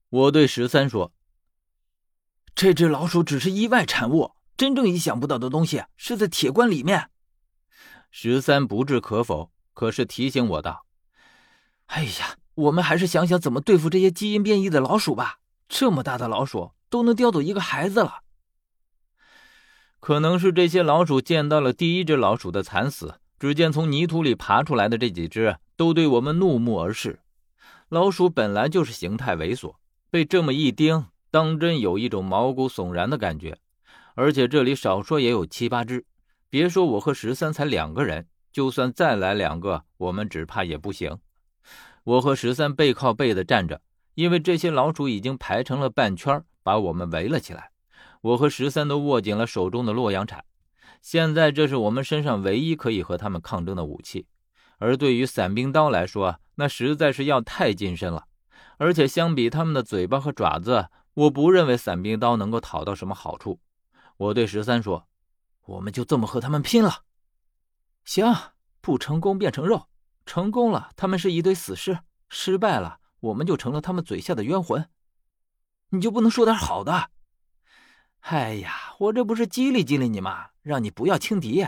我对13说，这只老鼠只是意外产物，真正意想不到的东西是在铁棺里面。13不置可否，可是提醒我道，哎呀，我们还是想想怎么对付这些基因变异的老鼠吧，这么大的老鼠都能叼走一个孩子了。可能是这些老鼠见到了第一只老鼠的惨死，只见从泥土里爬出来的这几只都对我们怒目而视。老鼠本来就是形态猥琐，被这么一盯，当真有一种毛骨悚然的感觉。而且这里少说也有7、8只，别说我和13才2个人，就算再来2个，我们只怕也不行。我和13背靠背的站着，因为这些老鼠已经排成了半圈，把我们围了起来。我和13都握紧了手中的洛阳铲，现在这是我们身上唯一可以和他们抗争的武器。而对于伞兵刀来说，那实在是要太近身了，而且相比他们的嘴巴和爪子，我不认为伞兵刀能够讨到什么好处。我对13说，我们就这么和他们拼了。行，不成功变成肉，成功了他们是一堆死尸，失败了我们就成了他们嘴下的冤魂。你就不能说点好的？哎呀，我这不是激励激励你吗？让你不要轻敌。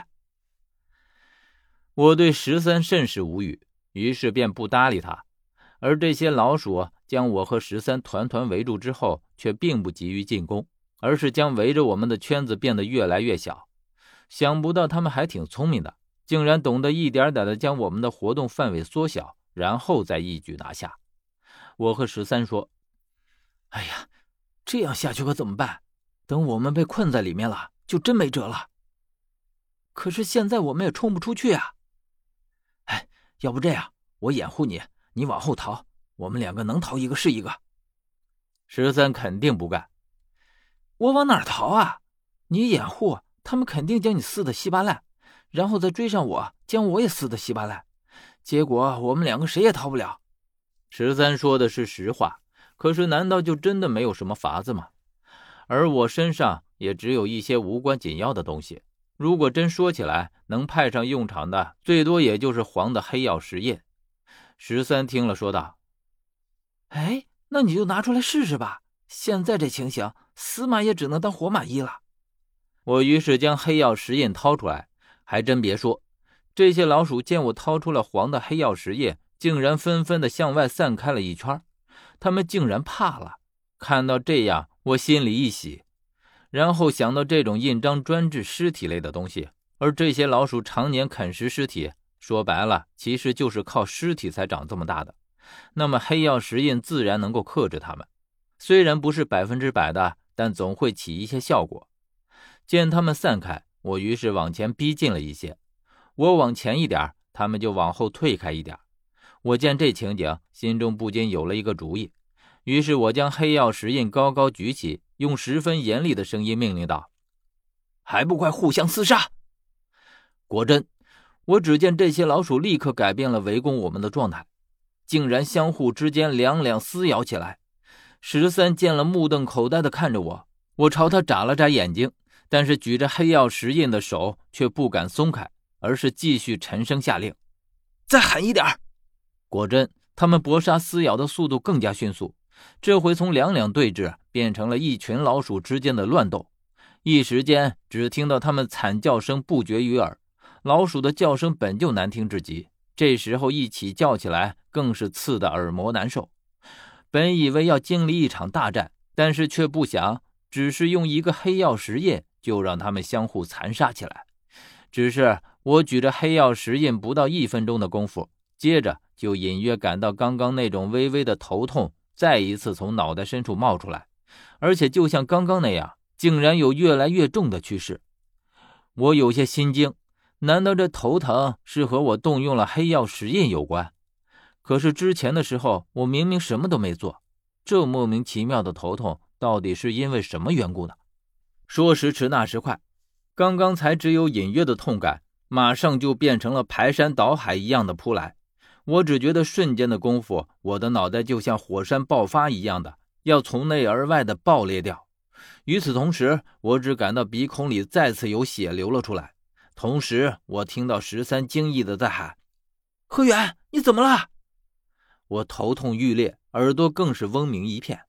我对13甚是无语，于是便不搭理他。而这些老鼠将我和13团团围住之后，却并不急于进攻，而是将围着我们的圈子变得越来越小。想不到他们还挺聪明的，竟然懂得一点点的将我们的活动范围缩小，然后再一举拿下。我和13说，哎呀，这样下去可怎么办？等我们被困在里面了，就真没辙了。可是现在我们也冲不出去啊。哎，要不这样，我掩护你，你往后逃，我们2个能逃一个是一个。13肯定不干。我往哪儿逃啊？你掩护，他们肯定将你撕得稀巴烂，然后再追上我，将我也撕得稀巴烂，结果我们2个谁也逃不了。13说的是实话，可是难道就真的没有什么法子吗？而我身上也只有一些无关紧要的东西，如果真说起来，能派上用场的最多也就是黄的黑曜石印。13听了说道，哎，那你就拿出来试试吧，现在这情形，死马也只能当活马医了。我于是将黑曜石印掏出来，还真别说，这些老鼠见我掏出了黄的黑曜石印，竟然纷纷的向外散开了一圈，他们竟然怕了。看到这样，我心里一喜，然后想到这种印章专治尸体类的东西，而这些老鼠常年啃食尸体，说白了其实就是靠尸体才长这么大的，那么黑曜石印自然能够克制它们，虽然不是100%的，但总会起一些效果。见他们散开，我于是往前逼近了一些，我往前一点，他们就往后退开一点。我见这情景，心中不禁有了一个主意，于是我将黑曜石印高高举起，用十分严厉的声音命令道，还不快互相厮杀！果真，我只见这些老鼠立刻改变了围攻我们的状态，竟然相互之间两撕咬起来。13见了目瞪口呆地看着我，我朝他眨了眨眼睛，但是举着黑曜石印的手却不敢松开，而是继续沉声下令，再狠一点！果真，他们搏杀撕咬的速度更加迅速，这回从两对峙变成了一群老鼠之间的乱斗。一时间只听到他们惨叫声不绝于耳，老鼠的叫声本就难听至极，这时候一起叫起来更是刺得耳膜难受。本以为要经历一场大战，但是却不想只是用一个黑曜石印就让他们相互残杀起来。只是我举着黑曜石印不到1分钟的功夫，接着就隐约感到刚刚那种微微的头痛再一次从脑袋深处冒出来，而且就像刚刚那样，竟然有越来越重的趋势。我有些心惊，难道这头疼是和我动用了黑曜石印有关？可是之前的时候我明明什么都没做，这莫名其妙的头痛到底是因为什么缘故呢？说时迟那时快，刚刚才只有隐约的痛感，马上就变成了排山倒海一样的扑来。我只觉得瞬间的功夫，我的脑袋就像火山爆发一样的要从内而外的爆裂掉。与此同时，我只感到鼻孔里再次有血流了出来，同时我听到13惊异的在喊，何远，你怎么了？我头痛欲裂，耳朵更是嗡鸣一片。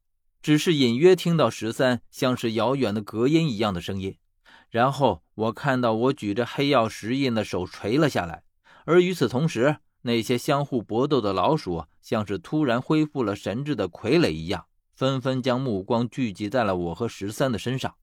只是隐约听到13像是遥远的隔音一样的声音。然后我看到我举着黑曜石印的手垂了下来，而与此同时，那些相互搏斗的老鼠像是突然恢复了神智的傀儡一样，纷纷将目光聚集在了我和13的身上。